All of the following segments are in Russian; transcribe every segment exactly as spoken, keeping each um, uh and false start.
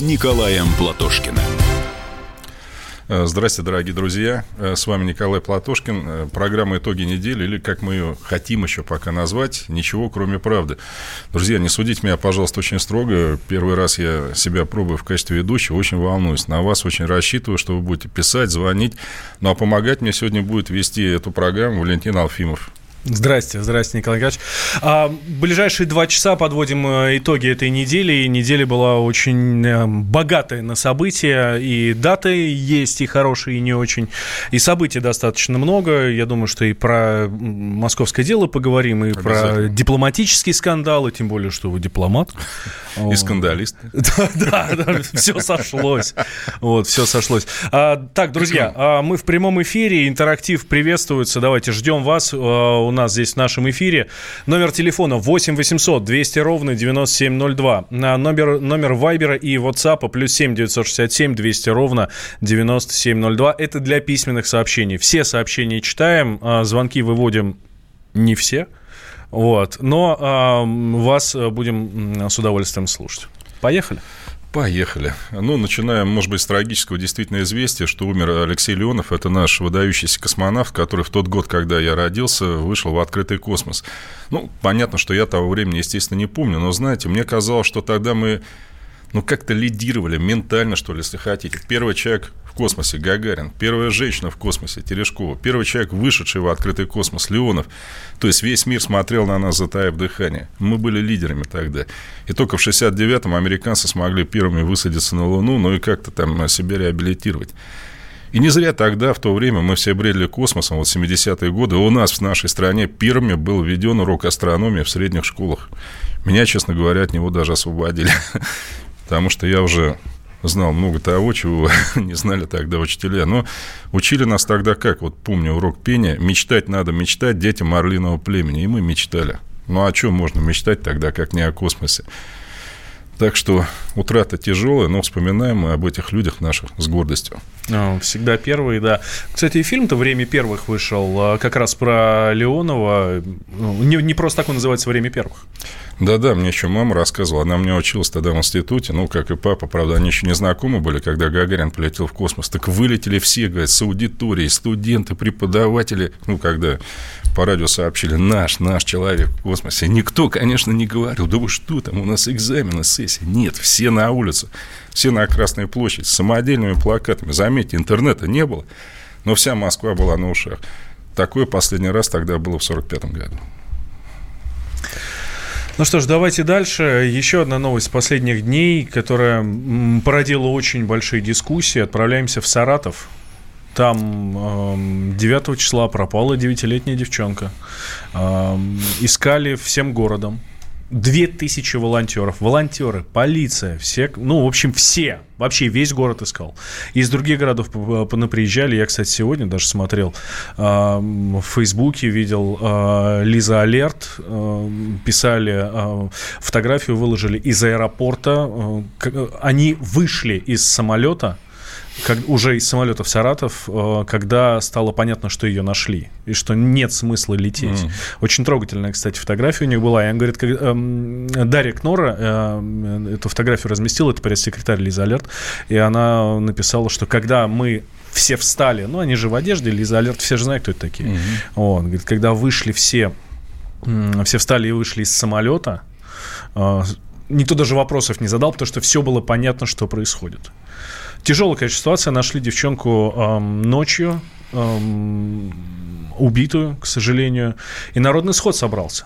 Николаем Платошкиным. Здравствуйте, дорогие друзья. С вами Николай Платошкин. Программа «Итоги недели», или, как мы ее хотим еще пока назвать, «Ничего, кроме правды». Друзья, не судите меня, пожалуйста, очень строго. Первый раз я себя пробую в качестве ведущего. Очень волнуюсь. На вас очень рассчитываю, что вы будете писать, звонить. Ну, а помогать мне сегодня будет вести эту программу Валентин Алфимов. Здрасте, здрасте, Николай Николаевич. А, ближайшие два часа подводим итоги этой недели. И неделя была очень богатая на события. И даты есть, и хорошие, и не очень. И событий достаточно много. Я думаю, что и про московское дело поговорим, и про дипломатические скандалы. Тем более, что вы дипломат. И скандалист. Да, да, все сошлось. Вот, все сошлось. Так, друзья, мы в прямом эфире. Интерактив приветствуется. Давайте ждем вас. У нас здесь в нашем эфире. Номер телефона восемь восемьсот двести ровно девяносто семь ноль два. Номер, номер Вайбера и WhatsApp плюс семь девятьсот шестьдесят семь двести ровно девяносто семь ноль два. Это для письменных сообщений. Все сообщения читаем, звонки выводим не все. Вот. Но а, вас будем с удовольствием слушать. Поехали. Поехали. Ну, начинаем, может быть, с трагического действительно известия, что умер Алексей Леонов. Это наш выдающийся космонавт, который в тот год, когда я родился, вышел в открытый космос. Ну, понятно, что я того времени, естественно, не помню, но, знаете, мне казалось, что тогда мы, ну, как-то лидировали ментально, что ли, если хотите. Первый человек в космосе — Гагарин, первая женщина в космосе — Терешкова, первый человек, вышедший в открытый космос — Леонов. То есть весь мир смотрел на нас, затаив дыхание. Мы были лидерами тогда. И только в шестьдесят девятом американцы смогли первыми высадиться на Луну, ну и как-то там себя реабилитировать. И не зря тогда, в то время, мы все бредили космосом, вот семидесятые годы, у нас в нашей стране первыми был введен урок астрономии в средних школах. Меня, честно говоря, от него даже освободили. Потому что я уже знал много того, чего не знали тогда учителя. Но учили нас тогда как? Вот помню урок пения. Мечтать надо мечтать детям орлиного племени. И мы мечтали. Ну, о чем можно мечтать тогда, как не о космосе? Так что утрата тяжелая, но вспоминаем мы об этих людях наших с гордостью. Всегда первые, да. Кстати, и фильм-то «Время первых» вышел как раз про Леонова. Не, не просто так он называется «Время первых». Да-да, мне еще мама рассказывала. Она мне училась тогда в институте, ну, как и папа. Правда, они еще не знакомы были, когда Гагарин полетел в космос. Так вылетели все, говорят, с аудиторией, студенты, преподаватели. Ну, когда по радио сообщили: наш, наш человек в космосе. Никто, конечно, не говорил: да вы что там, у нас экзамены, сессия. Нет, все на улице, все на Красной площади с самодельными плакатами. Заметьте, интернета не было, но вся Москва была на ушах. Такое последний раз тогда было в сорок пятом году. Ну что ж, давайте дальше. Еще одна новость с последних дней, которая породила очень большие дискуссии. Отправляемся в Саратов. Там девятого числа пропала девятилетняя девчонка. Искали всем городом. Две тысячи волонтеров, волонтеры, полиция, все, ну, в общем, все, вообще весь город искал. Из других городов понаприезжали. Я, кстати, сегодня даже смотрел э, в Фейсбуке, видел э, Лиза Алерт, э, писали э, фотографию, выложили из аэропорта. Э, они вышли из самолета, как, уже из самолета в Саратов, э, когда стало понятно, что ее нашли, и что нет смысла лететь. Mm. Очень трогательная, кстати, фотография у них была. И она говорит, как, э, Дарья Кнора э, эту фотографию разместила, это пресс-секретарь Лиза Алерт, и она написала, что когда мы все встали, ну, они же в одежде, Лиза Алерт, все же знают, кто это такие. Mm-hmm. Вот, говорит, когда вышли все, э, все встали и вышли из самолета, э, никто даже вопросов не задал, потому что все было понятно, что происходит. Тяжелая, конечно, ситуация. Нашли девчонку эм, ночью, эм, убитую, к сожалению. И народный сход собрался.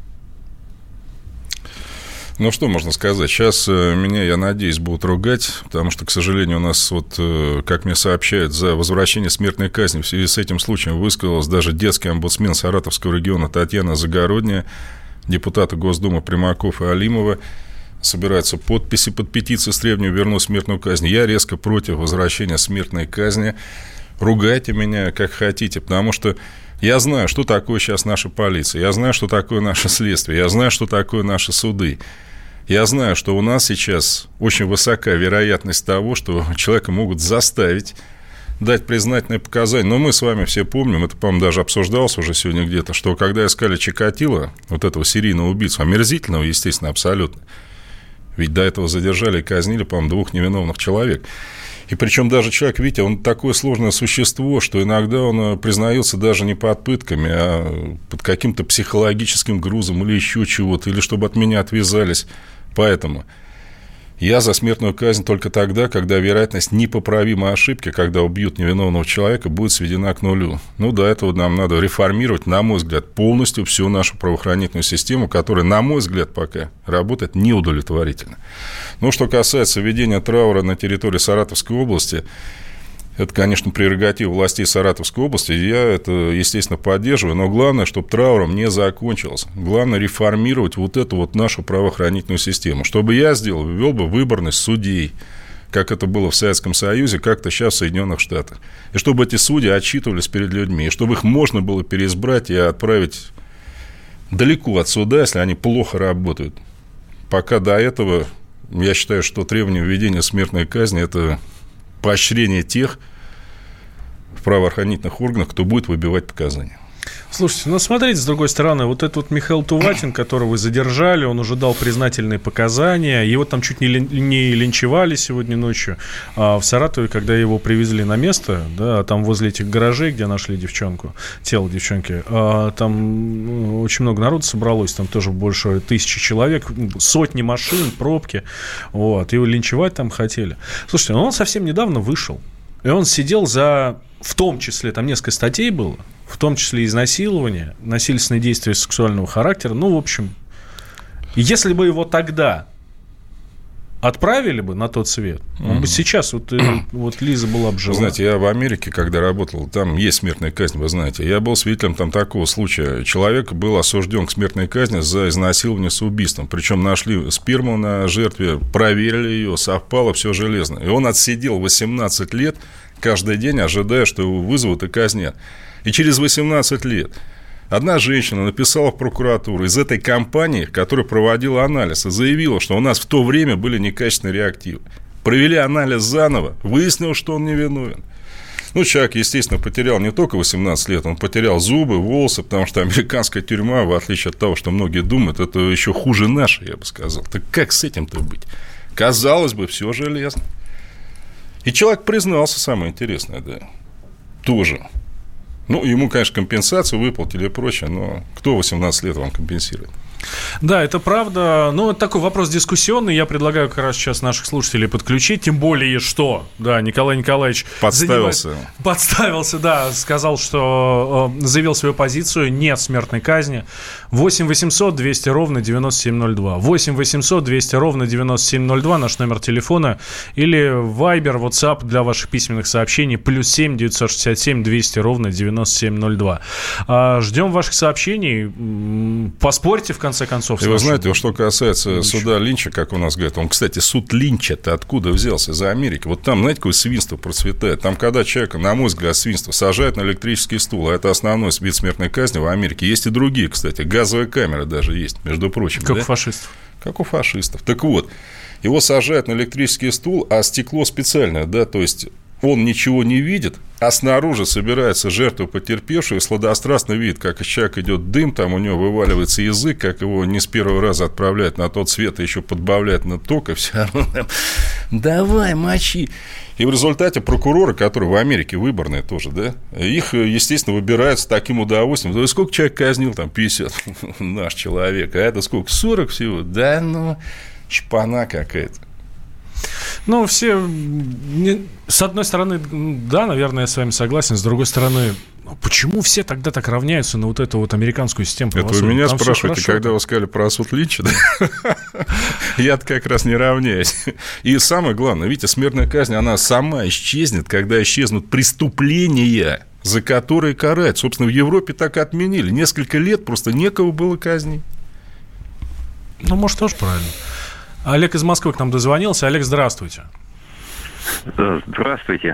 Ну, что можно сказать? Сейчас меня, я надеюсь, будут ругать, потому что, к сожалению, у нас, вот, как мне сообщают, за возвращение смертной казни в связи с этим случаем высказалась даже детский омбудсмен Саратовского региона Татьяна Загородняя, депутаты Госдумы Примаков и Алимова. Собираются подписи под петицию с требованием вернуть смертную казнь. Я резко против возвращения смертной казни. Ругайте меня, как хотите, потому что я знаю, что такое сейчас наша полиция, я знаю, что такое наше следствие, я знаю, что такое наши суды. Я знаю, что у нас сейчас очень высока вероятность того, что человека могут заставить дать признательные показания. Но мы с вами все помним, это, по-моему, даже обсуждалось уже сегодня где-то, что когда искали Чикатило, вот этого серийного убийцу, омерзительного, естественно, абсолютно, Ведь до этого задержали и казнили, по-моему, двух невиновных человек. И причем даже человек, видите, он такое сложное существо, что иногда он признается даже не под пытками, а под каким-то психологическим грузом или еще чего-то, или чтобы от меня отвязались. Поэтому я за смертную казнь только тогда, когда вероятность непоправимой ошибки, когда убьют невиновного человека, будет сведена к нулю. Ну, до этого нам надо реформировать, на мой взгляд, полностью всю нашу правоохранительную систему, которая, на мой взгляд, пока работает неудовлетворительно. Ну, что касается введения траура на территории Саратовской области, это, конечно, прерогатива властей Саратовской области, я это, естественно, поддерживаю, но главное, чтобы трауром не закончился. Главное реформировать вот эту вот нашу правоохранительную систему. Что бы я сделал, ввел бы выборность судей, как это было в Советском Союзе, как-то сейчас в Соединенных Штатах. И чтобы эти судьи отчитывались перед людьми, и чтобы их можно было переизбрать и отправить далеко от суда, если они плохо работают. Пока до этого, я считаю, что требование введения смертной казни – это поощрение тех в правоохранительных органах, кто будет выбивать показания. Слушайте, ну смотрите, с другой стороны, вот этот вот Михаил Туватин, которого вы задержали, он уже дал признательные показания, его там чуть не, лин, не линчевали сегодня ночью а в Саратове, когда его привезли на место, да, там возле этих гаражей, где нашли девчонку, тело девчонки, а, там очень много народу собралось, там тоже больше тысячи человек, сотни машин, пробки, вот, его линчевать там хотели. Слушайте, ну он совсем недавно вышел, и он сидел за, в том числе, там несколько статей было, в том числе изнасилование, насильственные действия сексуального характера. Ну, в общем, если бы его тогда отправили бы на тот свет, он mm-hmm. бы сейчас, вот, вот Лиза была бы жива. Знаете, я в Америке, когда работал, там есть смертная казнь, вы знаете. Я был свидетелем там такого случая. Человек был осужден к смертной казни за изнасилование с убийством. Причем нашли сперму на жертве, проверили ее, совпало, все железно. И он отсидел восемнадцать лет каждый день, ожидая, что его вызовут и казнят. И через восемнадцать лет одна женщина написала в прокуратуру из этой компании, которая проводила анализ, и заявила, что у нас в то время были некачественные реактивы. Провели анализ заново, выяснилось, что он невиновен. Ну, человек, естественно, потерял не только восемнадцать лет, он потерял зубы, волосы, потому что американская тюрьма, в отличие от того, что многие думают, это еще хуже нашей, я бы сказал. Так как с этим-то быть? Казалось бы, все железно. И человек признался, самое интересное, да, тоже. Ну, ему, конечно, компенсацию выплатили и прочее, но кто восемнадцать лет вам компенсирует? Да, это правда. Ну, это такой вопрос дискуссионный. Я предлагаю как раз сейчас наших слушателей подключить. Тем более, что, да, Николай Николаевич подставился. Занимает... Подставился, да, сказал, что э, заявил свою позицию. Нет смертной казни. восемь восемьсот двести ровно девяносто семь ноль два. восемь восемьсот двести ровно девяносто семь ноль два. Наш номер телефона. Или Viber, WhatsApp для ваших письменных сообщений. Плюс семь девятьсот шестьдесят семь двести ровно девяносто семь ноль два. А, ждем ваших сообщений. Поспорьте в конце. В конце концов, и вы знаете, что касается Линч. суда Линча, как у нас говорят, он, кстати, суд Линча-то откуда взялся? Из Америки. Вот там, знаете, какое свинство процветает. Там, когда человека, на мой взгляд, свинство сажают на электрический стул, а это основной вид смертной казни в Америке. Есть и другие, кстати, газовая камера даже есть, между прочим. Как да? у фашистов. Как у фашистов. Так вот, его сажают на электрический стул, а стекло специальное, да, то есть он ничего не видит, а снаружи собирается жертва потерпевшего, и сладострастно видит, как из человека идет дым, там у него вываливается язык, как его не с первого раза отправляют на тот свет, и еще подбавляют на ток, и все равно давай, мочи. И в результате прокуроры, которые в Америке выборные тоже, да, их, естественно, выбирают с таким удовольствием. Да сколько человек казнил? Там пятьдесят. Наш человек. А это сколько? сорок всего? Да ну, шпана какая-то. Ну, все, не, с одной стороны, да, наверное, я с вами согласен, с другой стороны, почему все тогда так равняются на вот эту вот американскую систему правосудия? Это вы меня там спрашиваете, когда вы сказали про суд Линча, я-то как раз не равняюсь. И самое главное, видите, смертная казнь, она сама исчезнет, когда исчезнут преступления, за которые карают. Собственно, в Европе так отменили. Несколько лет просто некого было казнить. Ну, может, тоже правильно. Олег из Москвы к нам дозвонился. Олег, здравствуйте. Здравствуйте.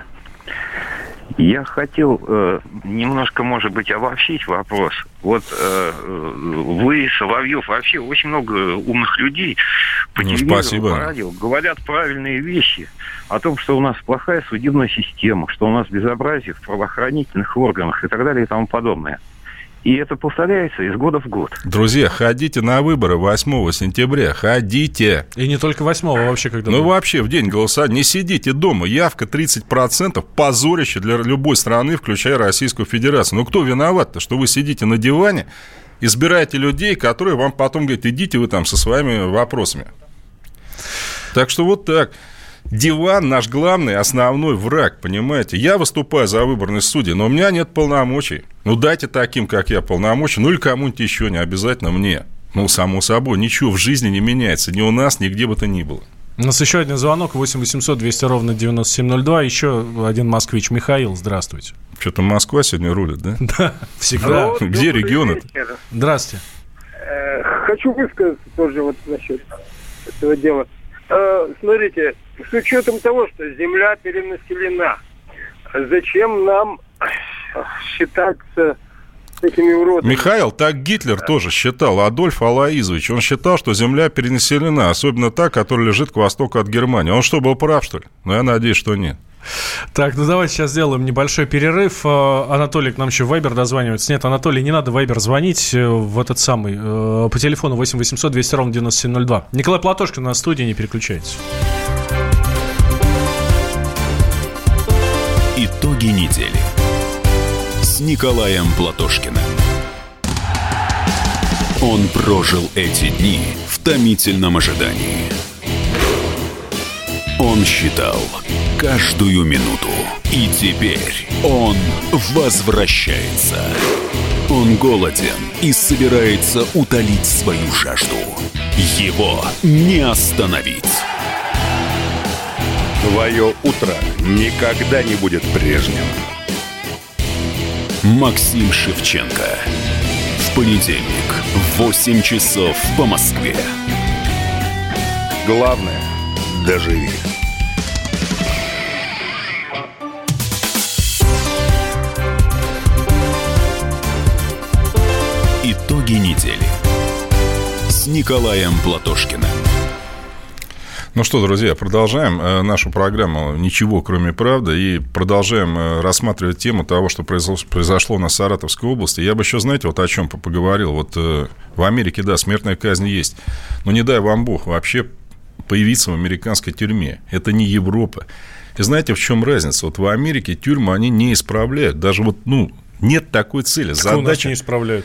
Я хотел э, немножко, может быть, обобщить вопрос. Вот э, вы, Соловьев, вообще очень много умных людей по ну, телевизору, спасибо. по радио говорят правильные вещи о том, что у нас плохая судебная система, что у нас безобразие в правоохранительных органах и так далее и тому подобное. И это повторяется из года в год. Друзья, ходите на выборы восьмого сентября. Ходите. И не только восьмого, а вообще когда... Ну, вообще, в день голосования. Не сидите дома. Явка тридцать процентов. Позорище для любой страны, включая Российскую Федерацию. Ну, кто виноват-то, что вы сидите на диване, избираете людей, которые вам потом говорят, идите вы там со своими вопросами. Так что вот так. Диван наш главный, основной враг, понимаете? Я выступаю за выборные судьи, но у меня нет полномочий. Ну, дайте таким, как я, полномочия, ну, или кому-нибудь еще, не обязательно мне. Ну, само собой, ничего в жизни не меняется, ни у нас, ни где бы то ни было. У нас еще один звонок, восемь восемьсот двести ровно девяносто семь ноль два. Еще один москвич. Михаил, здравствуйте. Что-то Москва сегодня рулит, да? Да, всегда. Где регионы? Здравствуйте. Хочу высказаться тоже вот насчет этого дела. Смотрите, с учетом того, что земля перенаселена, зачем нам считаться такими уродами? Михаил, так Гитлер тоже считал, Адольф Алаизович. Он считал, что земля перенаселена, особенно та, которая лежит к востоку от Германии. Он что, был прав, что ли? Ну, я надеюсь, что нет. Так, ну давайте сейчас сделаем небольшой перерыв. Анатолий к нам еще в Вайбер дозванивается. Нет, Анатолий, не надо в Вайбер звонить в этот самый. По телефону восемь восемьсот двести ровно девяносто семь ноль два. Николай Платошкин на студии, не переключайтесь. Итоги недели с Николаем Платошкиным. Он прожил эти дни в томительном ожидании. Он считал каждую минуту. И теперь он возвращается. Он голоден и собирается утолить свою жажду. Его не остановить. Твое утро никогда не будет прежним. Максим Шевченко. В понедельник в восемь часов по Москве. Главное – доживи. Итоги недели с Николаем Платошкиным. Ну что, друзья, продолжаем нашу программу «Ничего, кроме правды» и продолжаем рассматривать тему того, что произошло у нас в Саратовской области. Я бы еще, знаете, вот о чем поговорил. Вот в Америке, да, смертная казнь есть, но не дай вам Бог вообще появиться в американской тюрьме. Это не Европа. И знаете, в чем разница? Вот в Америке тюрьмы они не исправляют. Даже вот, ну, нет такой цели. Задача... У нас не исправляют.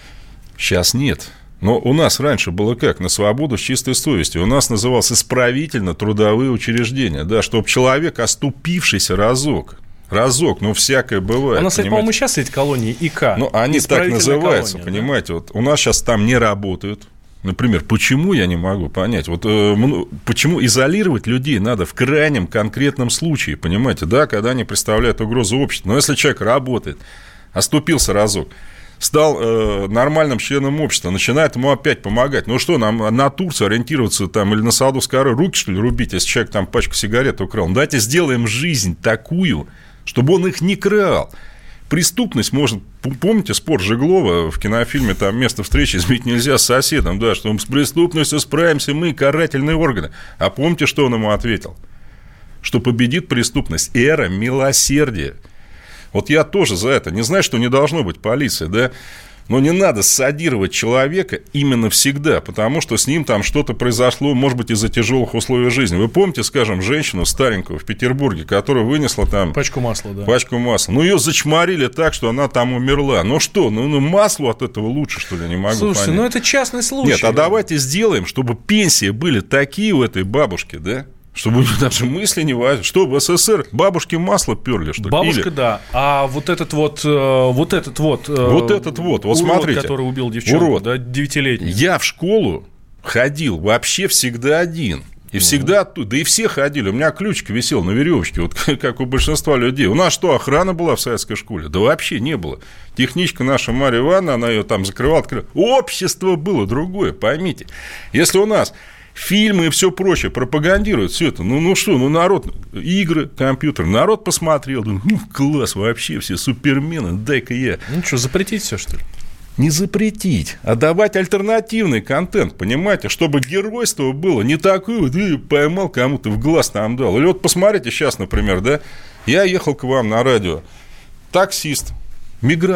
Сейчас нет. Но у нас раньше было как? На свободу с чистой совестью. У нас называлось исправительно-трудовые учреждения. Да, чтобы человек, оступившийся разок, разок, ну, всякое бывает. У нас, понимаете? По-моему, сейчас эти колонии ИК. Ну, они так называются, колония, понимаете. Да? Вот у нас сейчас там не работают. Например, почему, я не могу понять. Вот э, почему изолировать людей надо в крайнем конкретном случае, понимаете, да, когда они представляют угрозу обществу. Но если человек работает, оступился разок, стал э, нормальным членом общества, начинает ему опять помогать. Ну что, нам на Турцию ориентироваться там или на Саудовскую Аравию руки, что ли, рубить, если человек там пачку сигарет украл? Ну, давайте сделаем жизнь такую, чтобы он их не крал. Преступность может... Помните спор Жеглова в кинофильме там «Место встречи изменить нельзя» с соседом, да, что с преступностью справимся мы, карательные органы. А помните, что он ему ответил? Что победит преступность эра милосердия. Вот я тоже за это. Не знаю, что не должно быть полиции, да? Но не надо садировать человека именно всегда, потому что с ним там что-то произошло, может быть, из-за тяжелых условий жизни. Вы помните, скажем, женщину старенькую в Петербурге, которая вынесла там... Пачку масла, да. Пачку масла. Ну, ее зачморили так, что она там умерла. Ну что, ну, ну маслу от этого лучше, что ли, не могу Слушайте, понять. ну это частный случай. Нет, а давайте сделаем, чтобы пенсии были такие у этой бабушки, да? Чтобы у нее даже мысли не возникли. Что, в СССР бабушки масло перли, что ли? Бабушка, Или... да. А вот этот вот, вот этот вот... Вот этот вот, вот урод, смотрите. который убил девчонку, урод. Да, девятилетний. Я в школу ходил вообще всегда один. И всегда оттуда, да и все ходили. У меня ключик висел на веревочке, вот как у большинства людей. У нас что, охрана была в советской школе? Да вообще не было. Техничка наша Марья Ивановна, она ее там закрывала, открывала. Общество было другое, поймите. Если у нас... Фильмы и все прочее пропагандируют все это. Ну, ну что, ну народ, игры, компьютер, народ посмотрел, ну, класс, вообще все супермены, дай-ка я. Ну что, запретить все, что ли? Не запретить, а давать альтернативный контент, понимаете, чтобы геройство было не такое, вот, ты поймал, кому-то в глаз там дал. Или вот посмотрите сейчас, например, да, я ехал к вам на радио, таксист, мигрант,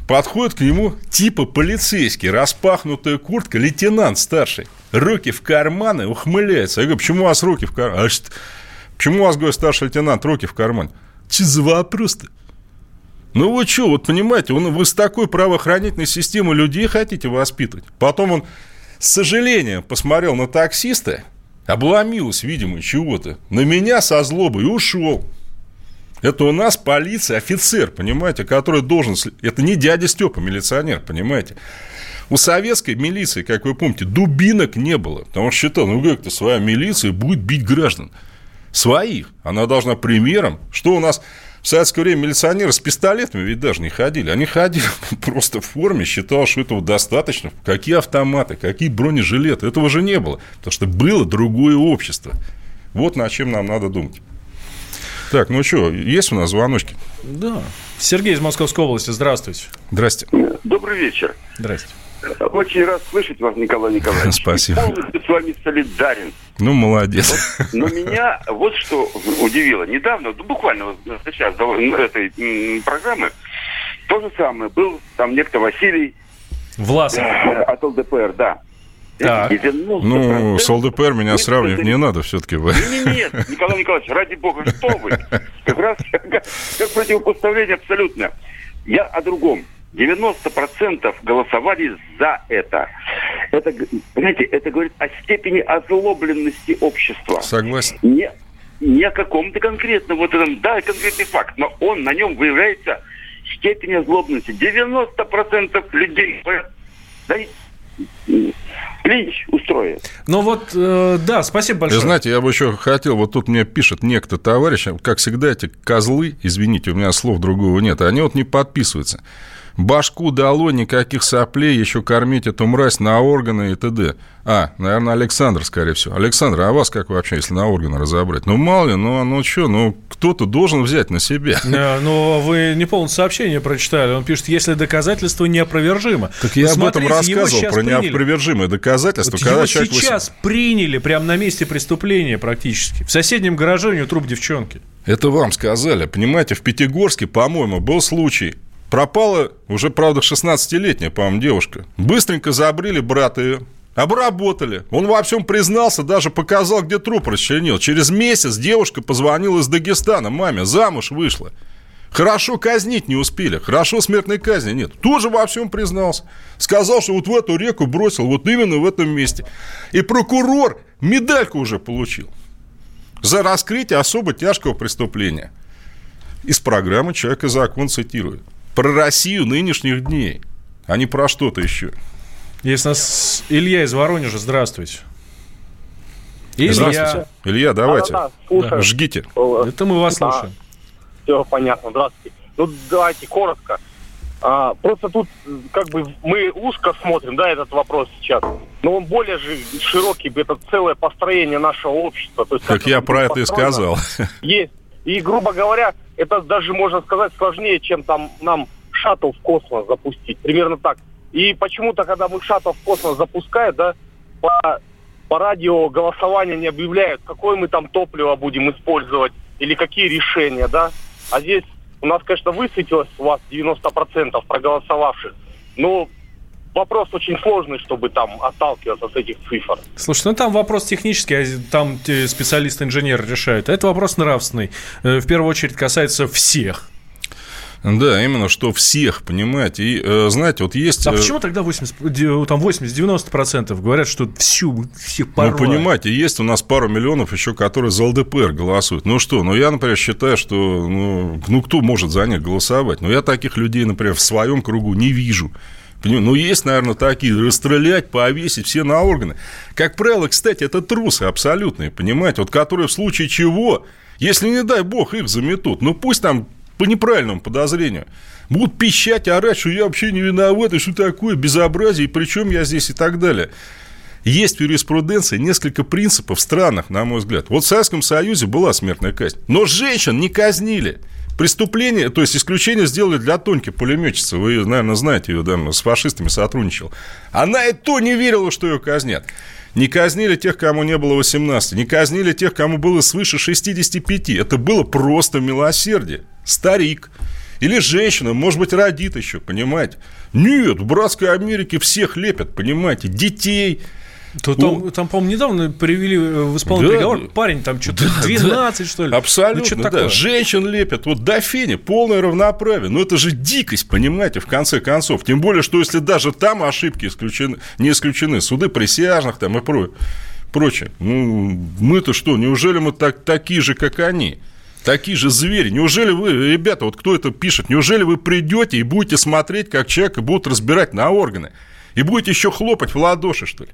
Подходит к нему типа полицейский, распахнутая куртка, лейтенант старший, руки в карманы, ухмыляется. Я говорю, почему у вас руки в кармане? А что? Почему у вас, говорю, старший лейтенант, руки в кармане? Че за вопрос-то? Ну вы что, вот понимаете, он, вы с такой правоохранительной системой людей хотите воспитывать? Потом он с сожалением посмотрел на таксиста, обломилось, видимо, чего-то, на меня со злобой и ушел. Это у нас полиция, офицер, понимаете, который должен... Это не дядя Степа, милиционер, понимаете. У советской милиции, как вы помните, дубинок не было. Потому что считал, ну как-то своя милиция будет бить граждан. Своих. Она должна примером. Что у нас в советское время милиционеры с пистолетами ведь даже не ходили. Они ходили просто в форме, считал, что этого достаточно. Какие автоматы, какие бронежилеты. Этого же не было. Потому что было другое общество. Вот над чем нам надо думать. Так, ну что, есть у нас звоночки? Да. Сергей из Московской области, здравствуйте. Здрасте. Добрый вечер. Здрасте. Очень рад слышать вас, Николай Николаевич. Спасибо. И полностью с вами солидарен. Ну, молодец. Вот, но меня вот что удивило. Недавно, буквально вот сейчас до этой м, программы, то же самое. Был там некто Василий Власов. Э, от ЛДПР, да. Так. Ну, с ЛДПР меня сравнивать не надо все-таки. Нет, нет, Николай Николаевич, ради бога, что вы? Как раз как противопоставление абсолютно. Я о другом. девяносто процентов голосовали за это. Это, понимаете, это говорит о степени озлобленности общества. Согласен. Не, не о каком-то конкретном, вот этом, да, конкретный факт, но он, на нем выявляется степень озлобленности. девяносто процентов людей говорят, да, линч устроит. Ну вот, э, да, спасибо большое. Вы знаете, я бы еще хотел, вот тут мне пишет некто товарищ, как всегда эти козлы, извините, у меня слов другого нет, они вот не подписываются. Башку дало, никаких соплей, еще кормить эту мразь на органы и т.д. А, наверное, Александр, скорее всего. Александр, а вас как вообще, если на органы разобрать? Ну, мало ли, ну, ну что, ну, кто-то должен взять на себя. Да, но вы не полное сообщение прочитали. Он пишет, если доказательство неопровержимо. Так я об этом рассказывал, про неопровержимое доказательство. Вот когда его человек сейчас восемь... приняли прямо на месте преступления практически. В соседнем гараже у него труп девчонки. Это вам сказали. Понимаете, в Пятигорске, по-моему, был случай... Пропала уже, правда, шестнадцатилетняя, по-моему, девушка. Быстренько забрили брата ее, обработали. Он во всем признался, даже показал, где труп расчленил. Через месяц девушка позвонила из Дагестана маме, замуж вышла. Хорошо казнить не успели, хорошо смертной казни нет. Тоже во всем признался. Сказал, что вот в эту реку бросил, вот именно в этом месте. И прокурор медальку уже получил за раскрытие особо тяжкого преступления. Из программы «Человек и закон» цитирую. Про Россию нынешних дней, а не про что-то еще. Есть у нас Илья из Воронежа. Здравствуйте. Илья. Здравствуйте. Илья, давайте. Да, да, да. Жгите. Это мы вас да. слушаем. Все понятно. Здравствуйте. Ну, давайте коротко. А, просто тут как бы мы узко смотрим, да, этот вопрос сейчас. Но он более же широкий, это целое построение нашего общества. То есть, как я про это и сказал. Есть. И, грубо говоря, это даже, можно сказать, сложнее, чем там нам шаттл в космос запустить. Примерно так. И почему-то, когда мы шаттл в космос запускают, да, по, по радио голосования не объявляют, какое мы там топливо будем использовать или какие решения, да. А здесь у нас, конечно, высветилось у вас девяносто процентов проголосовавших, но вопрос очень сложный, чтобы там отталкиваться с этих цифр. Слушай, ну там вопрос технический, а там специалисты-инженеры решают. Это вопрос нравственный. В первую очередь касается всех. Да, именно, что всех, понимаете. И, э, знаете, вот есть... А почему тогда восемьдесят-девяносто процентов говорят, что всю, всех порвали? Ну, понимаете, есть у нас пару миллионов еще, которые за ЛДПР голосуют. Ну что, ну я, например, считаю, что... Ну, ну кто может за них голосовать? Ну я таких людей, например, в своем кругу не вижу. Ну, есть, наверное, такие, расстрелять, повесить, все на органы. Как правило, кстати, это трусы абсолютные, понимаете, вот которые в случае чего, если, не дай бог, их заметут, ну, пусть там по неправильному подозрению будут пищать, орать, что я вообще не виноват, и что такое безобразие, и при чем я здесь, и так далее. Есть в юриспруденции несколько принципов странных, на мой взгляд. Вот в Советском Союзе была смертная казнь, но женщин не казнили. Преступление, то есть исключение сделали для Тоньки пулеметчицы. Вы, наверное, знаете ее, да, с фашистами сотрудничала. Она и то не верила, что ее казнят. Не казнили тех, кому не было восемнадцати. Не казнили тех, кому было свыше шестидесяти пяти. Это было просто милосердие. Старик Или женщина, может быть, родит еще, понимаете? Нет, в братской Америке всех лепят, понимаете? Детей. То там, там, по-моему, недавно привели в исполнение да, приговор. Парень там что-то да, двенадцать, да, что ли? Абсолютно, ну, да. Такое? Женщин лепят. Вот до фени полное равноправие. Но это же дикость, понимаете, в конце концов. Тем более, что если даже там ошибки исключены, не исключены, суды присяжных там и про, прочее. Ну, мы-то что, неужели мы так, такие же, как они? Такие же звери. Неужели вы, ребята, вот кто это пишет, неужели вы придете и будете смотреть, как человека будут разбирать на органы? И будете еще хлопать в ладоши, что ли?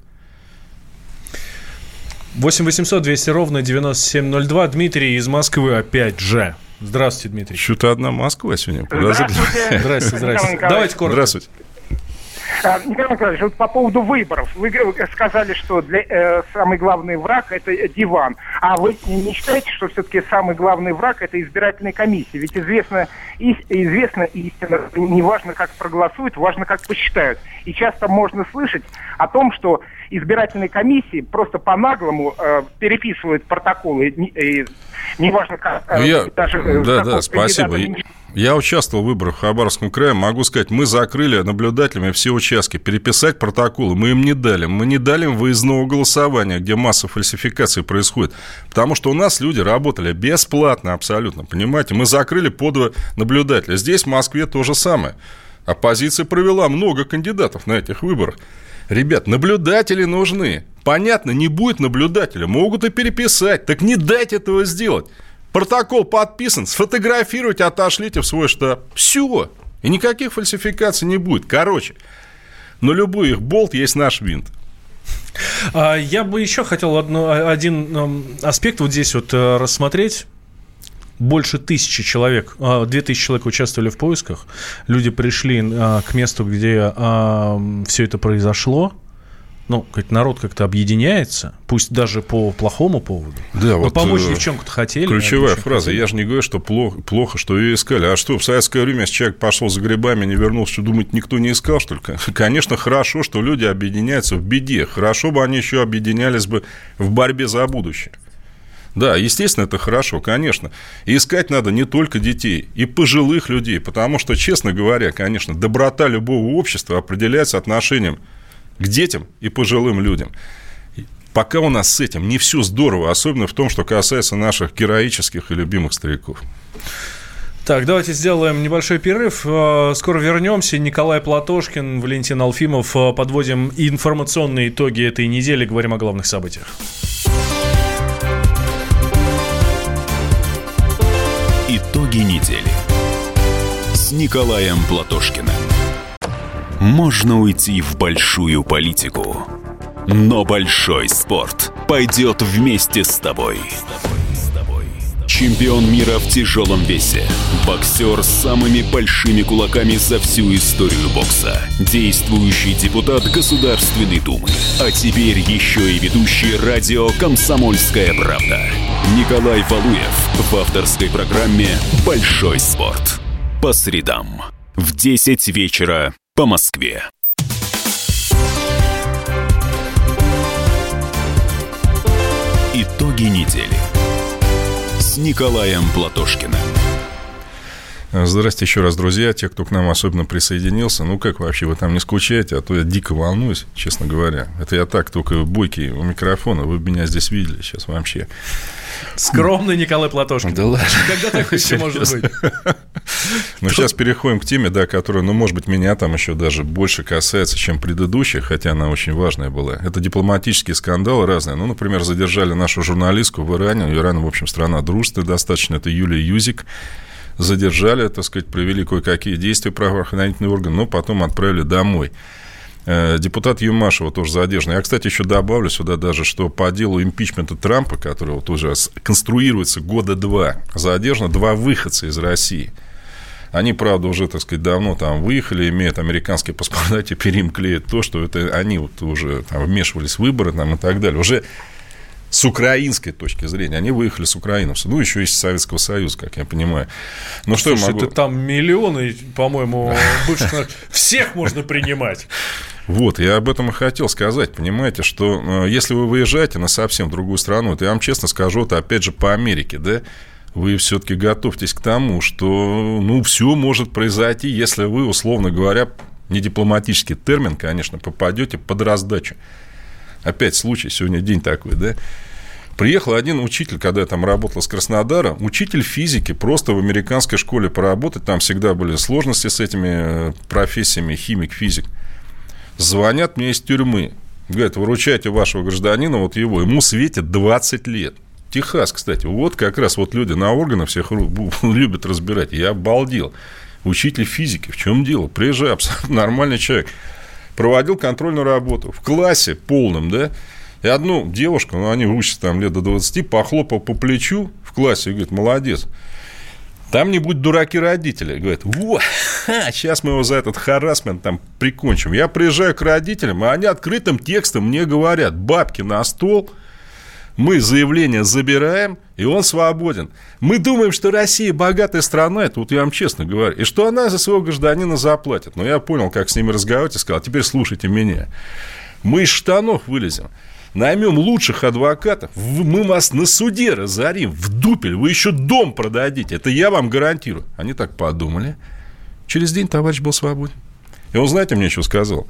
восемь восемьсот двести ровно девяносто семь ноль два. Дмитрий из Москвы опять же. Здравствуйте, Дмитрий. Что-то одна Москва сегодня. Здравствуйте. Здравствуйте, здравствуйте. Давайте коротко. Здравствуйте. Николай Николаевич, вот по поводу выборов. Вы сказали, что для, э, самый главный враг – это диван. А вы не считаете, что все-таки самый главный враг – это избирательная комиссия? Ведь известно, и, известно истина, не важно, как проголосуют, важно, как посчитают. И часто можно слышать о том, что избирательные комиссии просто по-наглому э, переписывают протоколы. И, неважно, как... Э, Я... даже, э, да, да, спасибо. Я участвовал в выборах в Хабаровском крае. Могу сказать, мы закрыли наблюдателями все участки. Переписать протоколы мы им не дали. Мы не дали им выездного голосования, где масса фальсификаций происходит. Потому что у нас люди работали бесплатно абсолютно. Понимаете? Мы закрыли по два наблюдателя. Здесь, в Москве, то же самое. Оппозиция провела много кандидатов на этих выборах. Ребят, наблюдатели нужны. Понятно, не будет наблюдателя. Могут и переписать. Так не дайте этого сделать. Протокол подписан, сфотографируйте, отошлите в свой штаб. Все. И никаких фальсификаций не будет. Короче, на любой их болт есть наш винт. Я бы еще хотел одно, один аспект вот здесь вот рассмотреть. Больше тысячи человек, две тысячи человек участвовали в поисках. Люди пришли к месту, где все это произошло. Ну, как народ как-то объединяется, пусть даже по плохому поводу. Да, но вот помочь девчонку-то хотели. Ключевая фраза. Хотели. Я же не говорю, что плохо, плохо, что ее искали. А что, в советское время, если человек пошел за грибами, не вернулся, что, думать, никто не искал, что ли? Конечно, хорошо, что люди объединяются в беде. Хорошо бы они еще объединялись бы в борьбе за будущее. Да, естественно, это хорошо, конечно. И искать надо не только детей, и пожилых людей. Потому что, честно говоря, конечно, доброта любого общества определяется отношением к детям и пожилым людям. Пока у нас с этим не все здорово, особенно в том, что касается наших героических и любимых стариков. Так, давайте сделаем небольшой перерыв. Скоро вернемся. Николай Платошкин, Валентин Алфимов. Подводим информационные итоги этой недели. Говорим о главных событиях. Итоги недели с Николаем Платошкиным. Можно уйти в большую политику, но большой спорт пойдет вместе с тобой. Чемпион мира в тяжелом весе, боксер с самыми большими кулаками за всю историю бокса, действующий депутат Государственной Думы, а теперь еще и ведущий радио «Комсомольская правда». Николай Валуев в авторской программе «Большой спорт». По средам в десять вечера по Москве. Итоги недели с Николаем Платошкиным. Здравствуйте еще раз, друзья, те, кто к нам особенно присоединился. Ну, как вообще, вы там не скучаете, а то я дико волнуюсь, честно говоря. Это я так, только бойкий у микрофона, вы меня здесь видели сейчас вообще. Скромный Николай Платошкин. Да ладно. Когда так все может быть? Ну, сейчас переходим к теме, да, которая, ну, может быть, меня там еще даже больше касается, чем предыдущая, хотя она очень важная была. Это дипломатические скандалы разные. Ну, например, задержали нашу журналистку в Иране. Иран, в общем, страна дружественная достаточно. Это Юлия Юзик. Задержали, так сказать, провели кое-какие действия правоохранительные органы, но потом отправили домой. Депутат Юмашева тоже задержан. Я, кстати, еще добавлю сюда даже, что по делу импичмента Трампа, который вот уже конструируется года два, задержано два выходца из России. Они, правда, уже, так сказать, давно там выехали, имеют американские паспорта, теперь им клеят то, что это они вот уже там вмешивались в выборы там, и так далее. Уже с украинской точки зрения. Они выехали с украинцев. Ну, еще из Советского Союза, как я понимаю. Ну, что Слушай, я могу... ты там миллионы, по-моему, бывших... Всех можно принимать. Вот, я об этом и хотел сказать. Понимаете, что если вы выезжаете на совсем другую страну, то я вам честно скажу, это опять же по Америке, да? вы все-таки готовьтесь к тому, что, ну, все может произойти, если вы, условно говоря, не дипломатический термин, конечно, попадете под раздачу. Опять случай, сегодня день такой, да? Приехал один учитель, когда я там работал с Краснодара, учитель физики, просто в американской школе поработать, там всегда были сложности с этими профессиями, химик, физик. Звонят мне из тюрьмы, говорят, выручайте вашего гражданина, вот его, ему светит двадцать лет. Техас, кстати, вот как раз вот люди на органы всех любят разбирать, я обалдел. Учитель физики, в чем дело? Приезжай, абсолютно нормальный человек. Проводил контрольную работу в классе полном, да, и одну девушку, ну, они учатся там лет до двадцати, похлопал по плечу в классе и говорит, молодец. Там не будь дураки родители. Говорят, вот, сейчас мы его за этот харассмент там прикончим. Я приезжаю к родителям, и они открытым текстом мне говорят, бабки на стол, мы заявление забираем, и он свободен. Мы думаем, что Россия богатая страна, это вот я вам честно говорю, и что она за своего гражданина заплатит. Но я понял, как с ними разговаривать, и сказал, теперь слушайте меня. Мы из штанов вылезем, наймем лучших адвокатов, мы вас на суде разорим, в дупель, вы еще дом продадите, это я вам гарантирую. Они так подумали. Через день товарищ был свободен. И он, знаете, мне что сказал?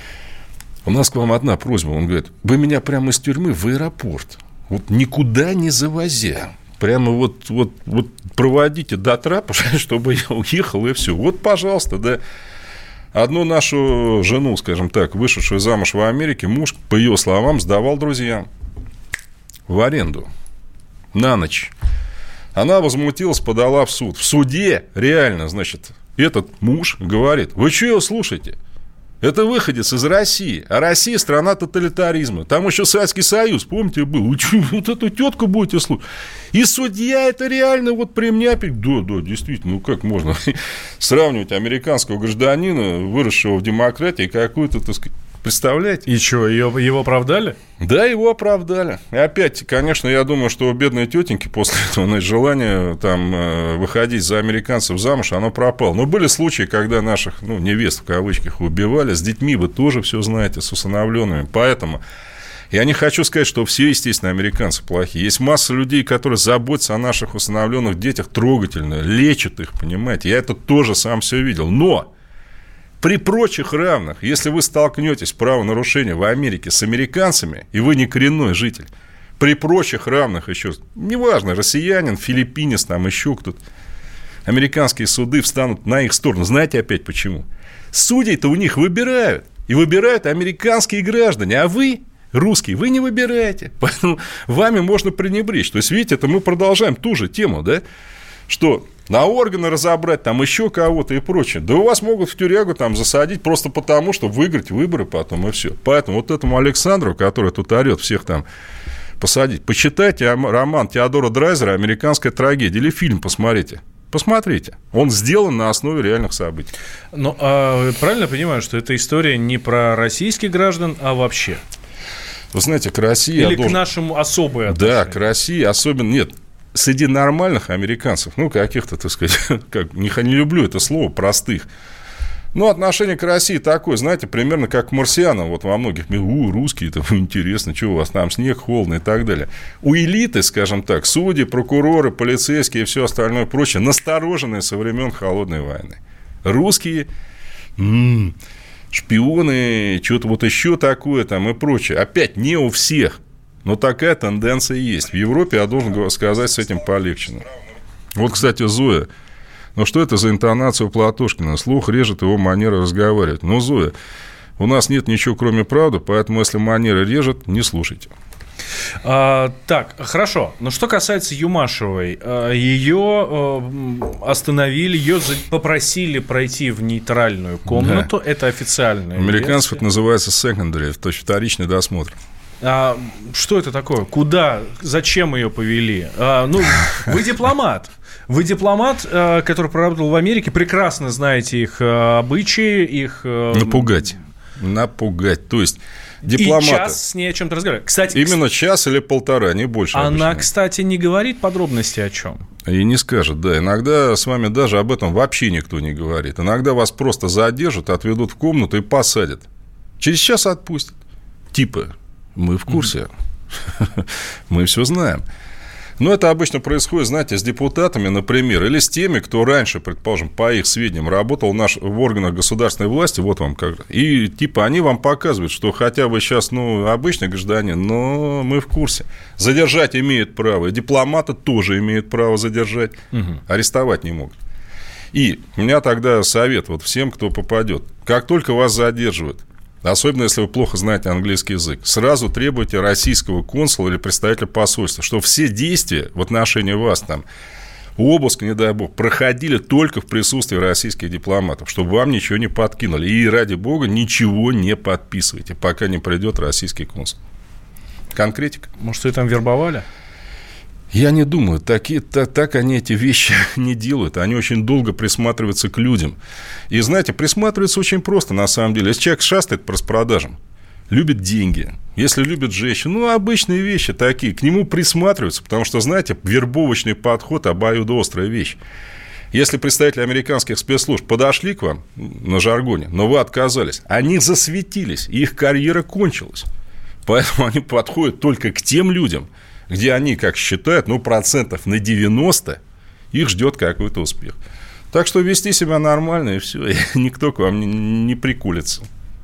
У нас к вам одна просьба. Он говорит, вы меня прямо из тюрьмы в аэропорт, вот никуда не завозя, прямо вот, вот, вот проводите до трапа, чтобы я уехал, и все. Вот, пожалуйста, да. Одну нашу жену, скажем так, вышедшую замуж в Америке, муж, по ее словам, сдавал друзьям в аренду на ночь. Она возмутилась, подала в суд. В суде реально, значит, этот муж говорит, вы что его слушаете? Это выходец из России. А Россия страна тоталитаризма. Там еще Советский Союз, помните, был. Вы что, вот эту тетку будете слушать? И судья это реально вот при мне опять... Да, да, действительно, ну как можно сравнивать американского гражданина, выросшего в демократии, какую-то, так сказать... Представляете? И что, его, его оправдали? Да, его оправдали. И опять, конечно, я думаю, что у бедной тетеньки после этого, значит, желание там выходить за американцев замуж, оно пропало. Но были случаи, когда наших, ну, невест в кавычках убивали. С детьми вы тоже все знаете, с усыновленными. Поэтому я не хочу сказать, что все, естественно, американцы плохие. Есть масса людей, которые заботятся о наших усыновленных детях трогательно, лечат их, понимаете. Я это тоже сам все видел. Но... При прочих равных, если вы столкнетесь в правонарушении в Америке с американцами, и вы не коренной житель, при прочих равных еще, неважно, россиянин, филиппинец, там еще кто-то, американские суды встанут на их сторону. Знаете опять почему? Судей-то у них выбирают, и выбирают американские граждане, а вы, русские, вы не выбираете, поэтому вами можно пренебречь. То есть, видите, это мы продолжаем ту же тему, да, что... На органы разобрать, там еще кого-то и прочее. Да у вас могут в тюрягу там засадить просто потому, чтобы выиграть выборы потом, и все. Поэтому вот этому Александру, который тут орет, всех там посадить, почитайте роман Теодора Драйзера «Американская трагедия» или фильм посмотрите. Посмотрите. Он сделан на основе реальных событий. Ну, а правильно понимаю, что эта история не про российских граждан, а вообще? Вы знаете, к России... Или к должен... нашему особое отношение? Да, к России особенно... Нет. Среди нормальных американцев, ну, каких-то, так сказать, как, не, не люблю это слово, простых, но отношение к России такое, знаете, примерно как к марсианам, вот во многих, у, русские, это интересно, что у вас там, снег, холодно и так далее. У элиты, скажем так, судьи, прокуроры, полицейские и все остальное прочее, настороженные со времен Холодной войны. Русские, м-м, шпионы, что-то вот еще такое там и прочее. Опять не у всех. Но такая тенденция есть. В Европе, я должен сказать, с этим полегче. Вот, кстати, Зоя. Ну, что это за интонация у Платошкина? Слух режет его манера разговаривать. Ну, Зоя, у нас нет ничего, кроме правды, поэтому, если манера режет, не слушайте. А, так, хорошо. Но что касается Юмашевой, ее э, остановили, ее попросили пройти в нейтральную комнату. Да. Это официальная американцев это называется secondary, то есть вторичный досмотр. А, что это такое? Куда? Зачем ее повели? А, ну, вы дипломат. Вы дипломат, а, который проработал в Америке, прекрасно знаете их а, обычаи, их... А... Напугать. Напугать. То есть дипломаты... И час с ней о чем-то разговаривать. Кстати, именно час или полтора, не больше. Она, обычно. Кстати, не говорит подробности о чем. И не скажет, да. Иногда с вами даже об этом вообще никто не говорит. Иногда вас просто задержат, отведут в комнату и посадят. Через час отпустят. Типа... Мы в курсе. Mm-hmm. Мы все знаем. Ну, это обычно происходит, знаете, с депутатами, например, или с теми, кто раньше, предположим, по их сведениям, работал наш, в органах государственной власти, вот вам как. И типа они вам показывают, что хотя вы сейчас, ну, обычный гражданин, но мы в курсе. Задержать имеют право, и дипломаты тоже имеют право задержать, угу. арестовать не могут. И у меня тогда совет вот всем, кто попадет. Как только вас задерживают, особенно если вы плохо знаете английский язык, сразу требуйте российского консула или представителя посольства, что все действия в отношении вас, там, обыск, не дай бог, проходили только в присутствии российских дипломатов, чтобы вам ничего не подкинули. И, ради бога, ничего не подписывайте, пока не придет российский консул. Конкретика. Может, ее там вербовали? Я не думаю, такие, так, так они эти вещи не делают. Они очень долго присматриваются к людям. И, знаете, присматриваются очень просто, на самом деле. Если человек шастает по распродажам, любит деньги, если любит женщин, ну, обычные вещи такие, к нему присматриваются, потому что, знаете, вербовочный подход – обоюдоострая вещь. Если представители американских спецслужб подошли к вам на жаргоне, но вы отказались, они засветились, и их карьера кончилась. Поэтому они подходят только к тем людям, где они, как считают, ну, процентов на девяносто их ждет какой-то успех. Так что вести себя нормально, и все, и никто к вам не, не прикулится.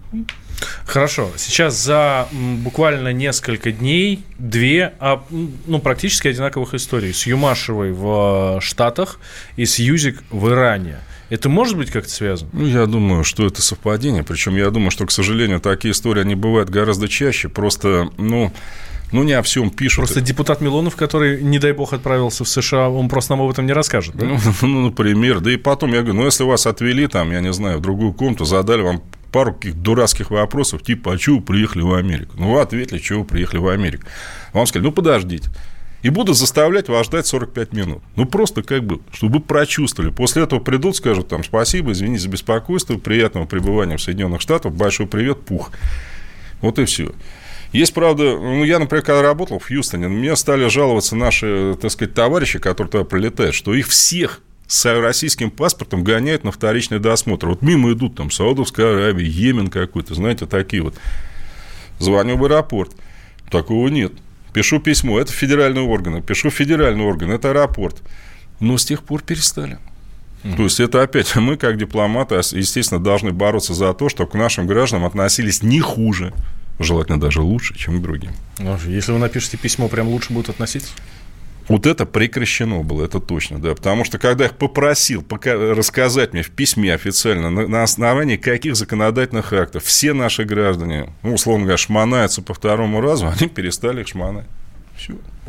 Хорошо. Сейчас за буквально несколько дней две, ну, практически одинаковых историй. С Юмашевой в Штатах и с Юзик в Иране. Это может быть как-то связано? Ну, я думаю, что это совпадение. Причем я думаю, что, к сожалению, такие истории, они бывают гораздо чаще. Просто, ну... Ну, не о всем пишут. Просто депутат Милонов, который, не дай бог, отправился в США, он просто нам об этом не расскажет, да? Ну, ну, например. Да и потом, я говорю, ну, если вас отвели, там, я не знаю, в другую комнату, задали вам пару каких-то дурацких вопросов, типа, а чего вы приехали в Америку? Ну, вы ответили, чего вы приехали в Америку. Вам сказали, ну, подождите. И будут заставлять вас ждать сорок пять минут. Ну, просто как бы, чтобы вы прочувствовали. После этого придут, скажут, там, спасибо, извините за беспокойство, приятного пребывания в Соединенных Штатах, большой привет, пух. Вот и все. Есть, правда, ну, я, например, когда работал в Хьюстоне, мне стали жаловаться наши, так сказать, товарищи, которые туда прилетают, что их всех с российским паспортом гоняют на вторичный досмотр. Вот мимо идут там Саудовская Аравия, Йемен какой-то, знаете, такие вот. Звоню в аэропорт. Такого нет. Пишу письмо, это федеральные органы. Пишу федеральный орган, это аэропорт. Но с тех пор перестали. Mm-hmm. То есть, это опять мы, как дипломаты, естественно, должны бороться за то, чтобы к нашим гражданам относились не хуже, желательно даже лучше, чем к другим. Если вы напишете письмо, прям лучше будут относиться? Вот это прекращено было, это точно, да. Потому что, когда я их попросил пока рассказать мне в письме официально, на, на основании каких законодательных актов все наши граждане, ну, условно говоря, шмонаются по второму разу, они перестали их шмонать. Все.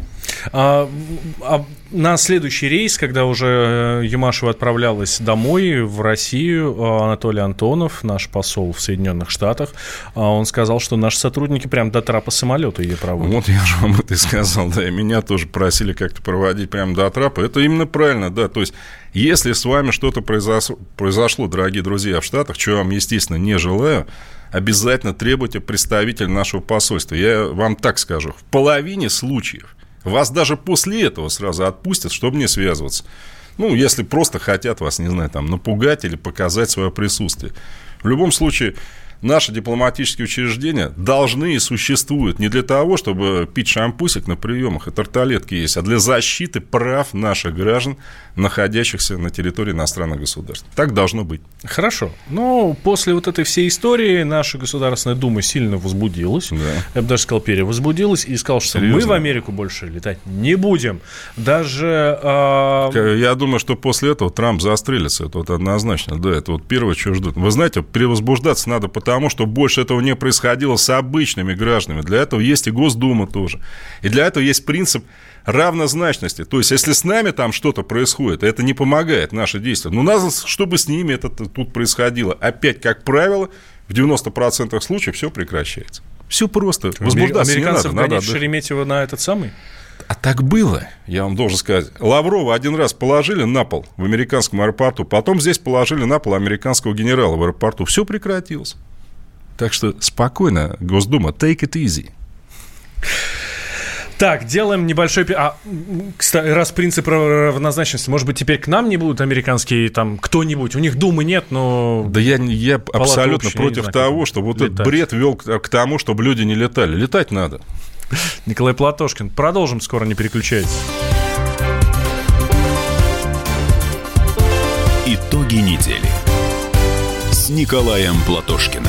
А, а на следующий рейс, когда уже Юмашева отправлялась домой, в Россию, Анатолий Антонов, наш посол в Соединенных Штатах, он сказал, что наши сотрудники прям до трапа самолета ее проводят. Вот я же вам это и сказал, да, и меня тоже просили как-то проводить прямо до трапа. Это именно правильно, да, то есть, если с вами что-то произошло, произошло, дорогие друзья, в Штатах, чего я вам, естественно, не желаю, обязательно требуйте представителя нашего посольства. Я вам так скажу, в половине случаев вас даже после этого сразу отпустят, чтобы не связываться. Ну, если просто хотят вас, не знаю, там, напугать или показать свое присутствие. В любом случае, наши дипломатические учреждения должны и существуют не для того, чтобы пить шампусик на приемах и тарталетки есть, а для защиты прав наших граждан, находящихся на территории иностранных государств. Так должно быть. Хорошо. Но после вот этой всей истории наша Государственная Дума сильно возбудилась. Да. Я бы даже сказал, перевозбудилась и сказал, что серьезно? Мы в Америку больше летать не будем. Даже... Э... Я думаю, что после этого Трамп застрелится. Это вот однозначно. Да, это вот первое, что ждут. Вы знаете, перевозбуждаться надо потому, что больше этого не происходило с обычными гражданами. Для этого есть и Госдума тоже. И для этого есть принцип равнозначности. То есть, если с нами там что-то происходит, это не помогает наши действия. Но надо, чтобы с ними это тут происходило. Опять, как правило, в девяноста процентах случаев все прекращается. Все просто. Возбуждаться не надо. Надо Шереметьево на этот самый? А так было, я вам должен сказать. Лаврова один раз положили на пол в американском аэропорту, потом здесь положили на пол американского генерала в аэропорту. Все прекратилось. Так что спокойно, Госдума, take it easy. Так, делаем небольшой... А, кстати, раз принцип равнозначности, может быть, теперь к нам не будут американские, там, кто-нибудь? У них Думы нет, но... Да я, я абсолютно общая, против знаю, того, чтобы вот летать. Этот бред вел к, к тому, чтобы люди не летали. Летать надо. Николай Платошкин. Продолжим скоро, не переключайтесь. Итоги недели с Николаем Платошкиным.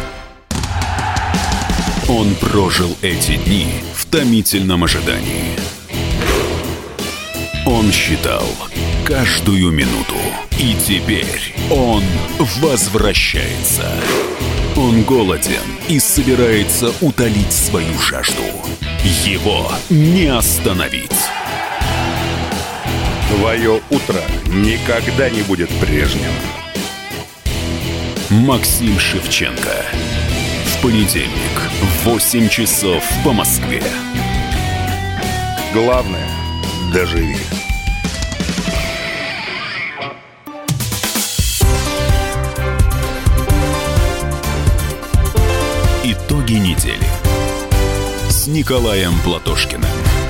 Он прожил эти дни в томительном ожидании. Он считал каждую минуту. И теперь он возвращается. Он голоден и собирается утолить свою жажду. Его не остановить. Твое утро никогда не будет прежним. Максим Шевченко. В понедельник в восемь часов по Москве. Главное – доживи. Итоги недели с Николаем Платошкиным.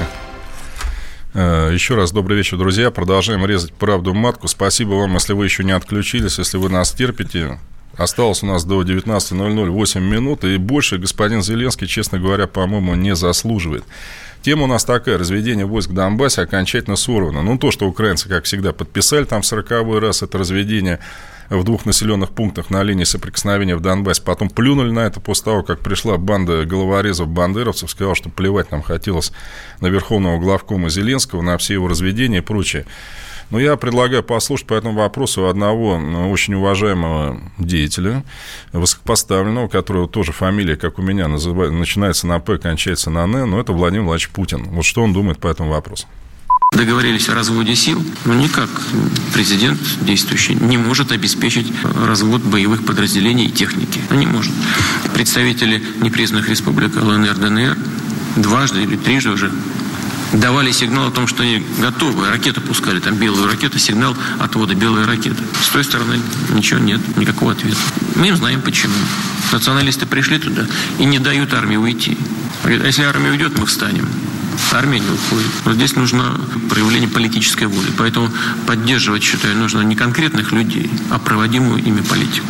Еще раз добрый вечер, друзья. Продолжаем резать правду матку. Спасибо вам, если вы еще не отключились, если вы нас терпите. Осталось у нас до девятнадцати ноль ноль восемь минут, и больше господин Зеленский, честно говоря, по-моему, не заслуживает. Тема у нас такая: разведение войск в Донбассе окончательно сорвано. Ну, то, что украинцы, как всегда, подписали там в сороковой раз это разведение в двух населенных пунктах на линии соприкосновения в Донбассе, потом плюнули на это после того, как пришла банда головорезов-бандеровцев, сказала, что плевать нам хотелось на верховного главкома Зеленского, на все его разведения и прочее. Но я предлагаю послушать по этому вопросу одного очень уважаемого деятеля, высокопоставленного, которого тоже фамилия, как у меня, называет, начинается на П, кончается на Н, но это Владимир Владимирович Путин. Вот что он думает по этому вопросу. Договорились о разводе сил, но никак президент действующий не может обеспечить развод боевых подразделений и техники. Он не может. Представители непризнанных республик ЛНР, ДНР дважды или трижды уже давали сигнал о том, что они готовы. Ракеты пускали, там белую ракету, сигнал отвода белой ракеты. С той стороны ничего нет, никакого ответа. Мы знаем почему. Националисты пришли туда и не дают армии уйти. Говорят, а если армия уйдет, мы встанем. Армия не уходит. Вот здесь нужно проявление политической воли. Поэтому поддерживать, считаю, нужно не конкретных людей, а проводимую ими политику.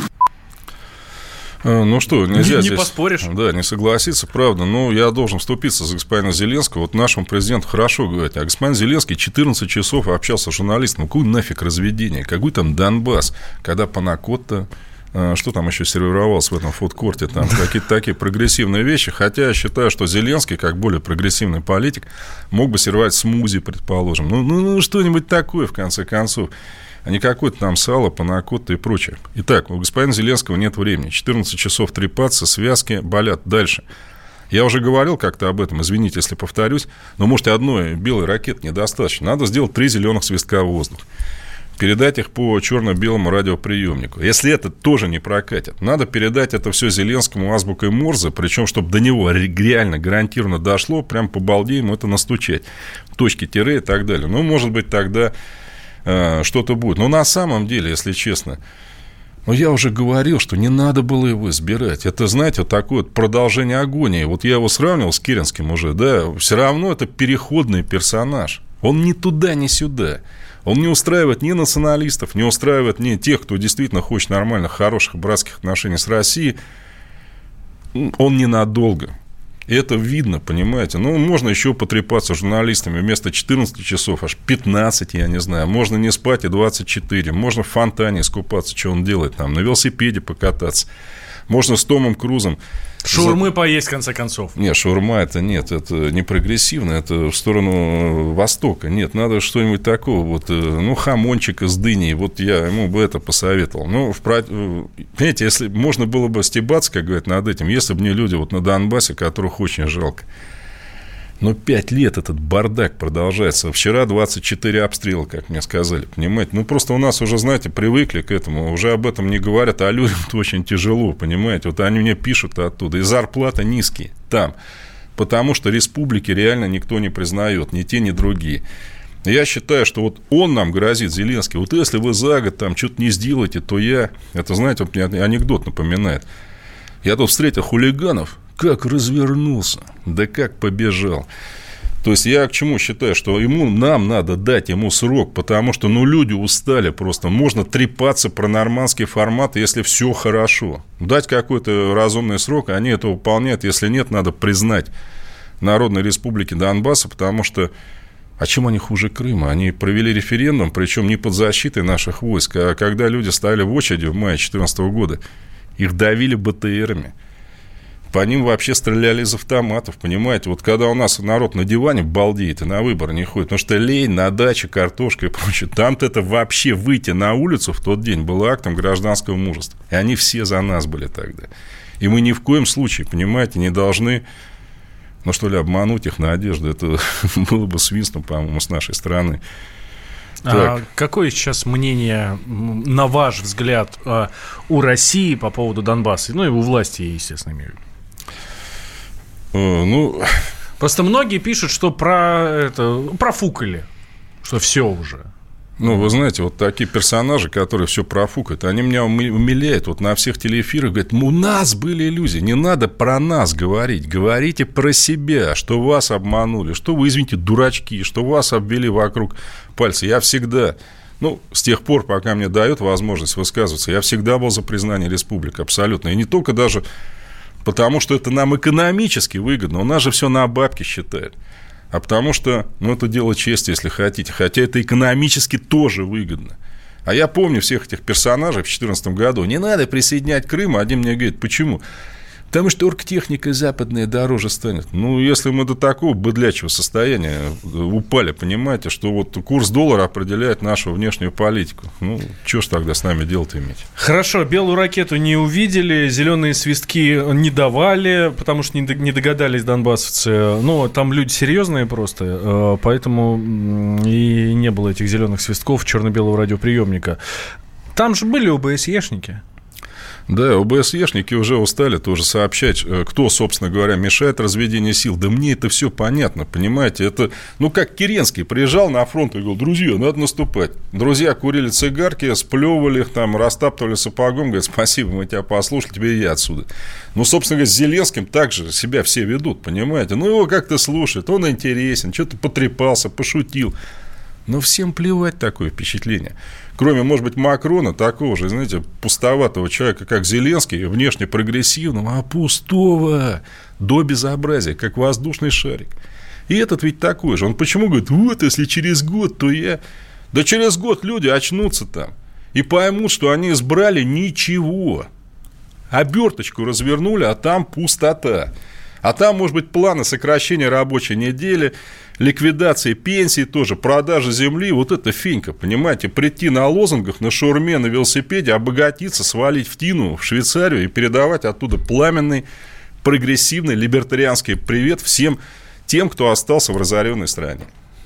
Ну что, нельзя не, здесь... Не поспоришь. Да, не согласиться, правда. Но я должен вступиться за господина Зеленского. Вот нашему президенту хорошо говорить. А господин Зеленский четырнадцать часов общался с журналистом. Какой нафиг разведение? Какой там Донбасс? Когда Панакотта... Что там еще сервировалось в этом фудкорте? Там какие-то такие прогрессивные вещи. Хотя я считаю, что Зеленский, как более прогрессивный политик, мог бы сервировать смузи, предположим. Ну, ну, ну что-нибудь такое, в конце концов. А не какое-то там сало, панакотта и прочее. Итак, у господина Зеленского нет времени. четырнадцать часов трепаться, связки болят. Дальше. Я уже говорил как-то об этом, извините, если повторюсь. Но, может, и одной белой ракеты недостаточно. Надо сделать три зеленых свистка в воздух. Передать их по черно-белому радиоприемнику. Если это тоже не прокатит, надо передать это все Зеленскому азбукой Морзе, причем, чтобы до него реально гарантированно дошло, прям по балде ему это настучать. Точки, тире и так далее. Ну, может быть, тогда э, что-то будет. Но на самом деле, если честно, ну, я уже говорил, что не надо было его избирать. Это, знаете, вот такое вот продолжение агонии. Вот я его сравнивал с Керенским уже, да, все равно это переходный персонаж. Он ни туда, ни сюда. Он не устраивает ни националистов, не устраивает ни тех, кто действительно хочет нормальных, хороших, братских отношений с Россией. Он ненадолго. И это видно, понимаете. Ну, можно еще потрепаться с журналистами вместо четырнадцати часов, аж пятнадцать, я не знаю. Можно не спать и двадцать четыре. Можно в фонтане искупаться, что он делает там. На велосипеде покататься. Можно с Томом Крузом. Шаурмы поесть, в конце концов. Нет, шаурма это нет, это не прогрессивно, это в сторону Востока. Нет, надо что-нибудь такого, вот, ну, хамончика с дыней, вот я ему бы это посоветовал. Ну, в, понимаете, если можно было бы стебаться, как говорят, над этим, если бы не люди вот на Донбассе, которых очень жалко. Но пять лет этот бардак продолжается. Вчера двадцать четыре обстрела, как мне сказали, понимаете. Ну, просто у нас уже, знаете, привыкли к этому. Уже об этом не говорят, а людям-то очень тяжело, понимаете. Вот они мне пишут оттуда. И зарплата низкие там. Потому что республики реально никто не признает. Ни те, ни другие. Я считаю, что вот он нам грозит, Зеленский. Вот если вы за год там что-то не сделаете, то я... Это, знаете, вот мне анекдот напоминает. Я тут встретил хулиганов. Как развернулся, да как побежал. То есть я к чему считаю, что ему, нам надо дать ему срок, потому что, ну, люди устали просто. Можно трепаться про нормандский формат, если все хорошо. Дать какой-то разумный срок, они это выполняют. Если нет, надо признать Народной Республики Донбасса, потому что, А чем они хуже Крыма? Они провели референдум, причем не под защитой наших войск, а когда люди стояли в очереди в мае две тысячи четырнадцатого года, их давили БТРами. По ним вообще стреляли из автоматов, понимаете? Вот когда у нас народ на диване балдеет и на выборы не ходит, потому что лень, на даче, картошка и прочее, там-то это вообще выйти на улицу в тот день было актом гражданского мужества. И они все за нас были тогда. И мы ни в коем случае, понимаете, не должны, ну что ли, обмануть их надежду. Это было бы свистом, по-моему, с нашей стороны. А какое сейчас мнение, на ваш взгляд, у России по поводу Донбасса? Ну и у власти, естественно, имею в виду. Ну, просто многие пишут, что про это профукали, что все уже. Ну, вы знаете, вот такие персонажи, которые все профукают, они меня умиляют. Вот на всех телеэфирах говорят, у нас были иллюзии. Не надо про нас говорить. Говорите про себя, что вас обманули, что вы, извините, дурачки, что вас обвели вокруг пальца. Я всегда, ну, с тех пор, пока мне дают возможность высказываться, я всегда был за признание республик, абсолютно. И не только даже потому, что это нам экономически выгодно. У нас же все на бабки считают. А потому что, ну, это дело чести, если хотите. Хотя это экономически тоже выгодно. А я помню всех этих персонажей в две тысячи четырнадцатом году. Не надо присоединять Крым. Один мне говорит, почему? Потому что оргтехника западная дороже станет. Ну, если мы до такого быдлячего состояния упали, понимаете, что вот курс доллара определяет нашу внешнюю политику. Ну, что ж тогда с нами дело-то иметь? Хорошо, белую ракету не увидели, зеленые свистки не давали, потому что не догадались донбассовцы. Ну, там люди серьезные просто, поэтому и не было этих зеленых свистков черно-белого радиоприемника. Там же были ОБСЕшники. Да, ОБСЕшники уже устали тоже сообщать, кто, собственно говоря, мешает разведению сил. Да мне это все понятно, понимаете. Это, ну, как Керенский приезжал на фронт и говорил, друзья, надо наступать. Друзья курили цигарки, сплевывали их, там, растаптывали сапогом, говорят, спасибо, мы тебя послушали, тебе и я отсюда. Ну, собственно говоря, с Зеленским также себя все ведут, понимаете. Ну, его как-то слушают, он интересен, что-то потрепался, пошутил. Но всем плевать, такое впечатление. Кроме, может быть, Макрона, такого же, знаете, пустоватого человека, как Зеленский, внешне прогрессивного, а пустого до безобразия, как воздушный шарик. И этот ведь такой же. Он почему говорит, вот, если через год, то я... Да через год люди очнутся там и поймут, что они избрали ничего. Оберточку развернули, а там пустота. А там, может быть, планы сокращения рабочей недели, ликвидации пенсий тоже, продажи земли. Вот это финька, понимаете. Прийти на лозунгах, на шаурме, на велосипеде, обогатиться, свалить в Тину, в Швейцарию и передавать оттуда пламенный, прогрессивный, либертарианский привет всем тем, кто остался в разоренной стране.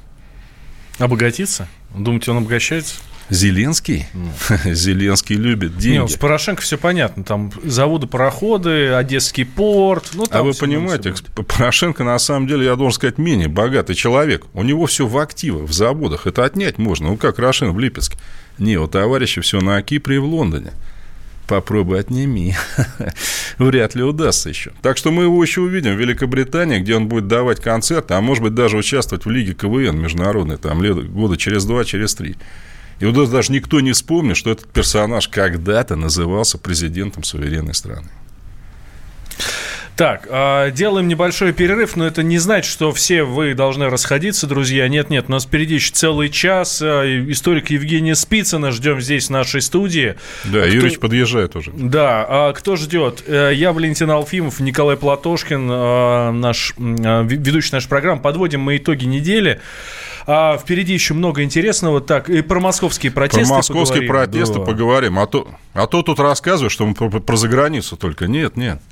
Обогатиться? Думаете, он обогащается? Зеленский? Mm. Зеленский любит деньги. Нет, с Порошенко все понятно. Там заводы, пароходы, Одесский порт. Ну, там а вы понимаете, Порошенко, на самом деле, я должен сказать, менее богатый человек. У него все в активах, в заводах. Это отнять можно. Ну, как Рошен в Липецке. Не, у товарища все на Кипре и в Лондоне. Попробуй отними. Вряд ли удастся еще. Так что мы его еще увидим в Великобритании, где он будет давать концерты, а может быть, даже участвовать в Лиге КВН международной, там, года через два, через три. И вот даже никто не вспомнит, что этот персонаж когда-то назывался президентом суверенной страны. Так, делаем небольшой перерыв, но это не значит, что все вы должны расходиться, друзья. Нет-нет, у нас впереди еще целый час. Историк Евгения Спицына ждем здесь, в нашей студии. Да, кто... Юрич подъезжает уже. Да, а кто ждет? Я, Валентин Алфимов, Николай Платошкин, наш, ведущий нашей программы. Подводим мы итоги недели. А впереди еще много интересного. Так, и про московские протесты Про московские поговорим. протесты да. поговорим. А то, а то тут рассказывают, что мы про, про заграницу только. Нет, нет.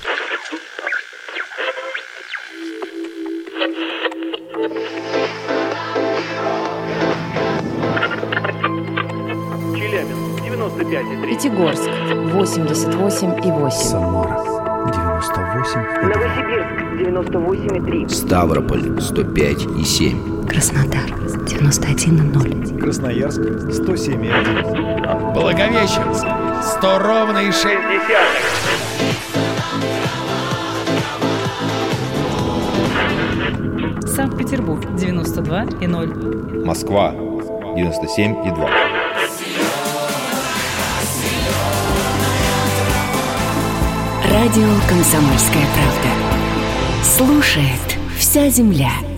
Челябинск, девяносто пять и три. Пятигорск, восемьдесят восемь и восемь. Самара, девяносто восемь и два. Новосибирск, девяносто восемь и три. Ставрополь, сто пять и семь. Краснодар, девяносто один и ноль. Красноярск, сто семь и один. Благовещенск, сто ровно и шесть десятых. Санкт-Петербург, девяносто два и ноль. Москва, девяносто семь и два. Радио «Комсомольская правда». Слушает вся земля.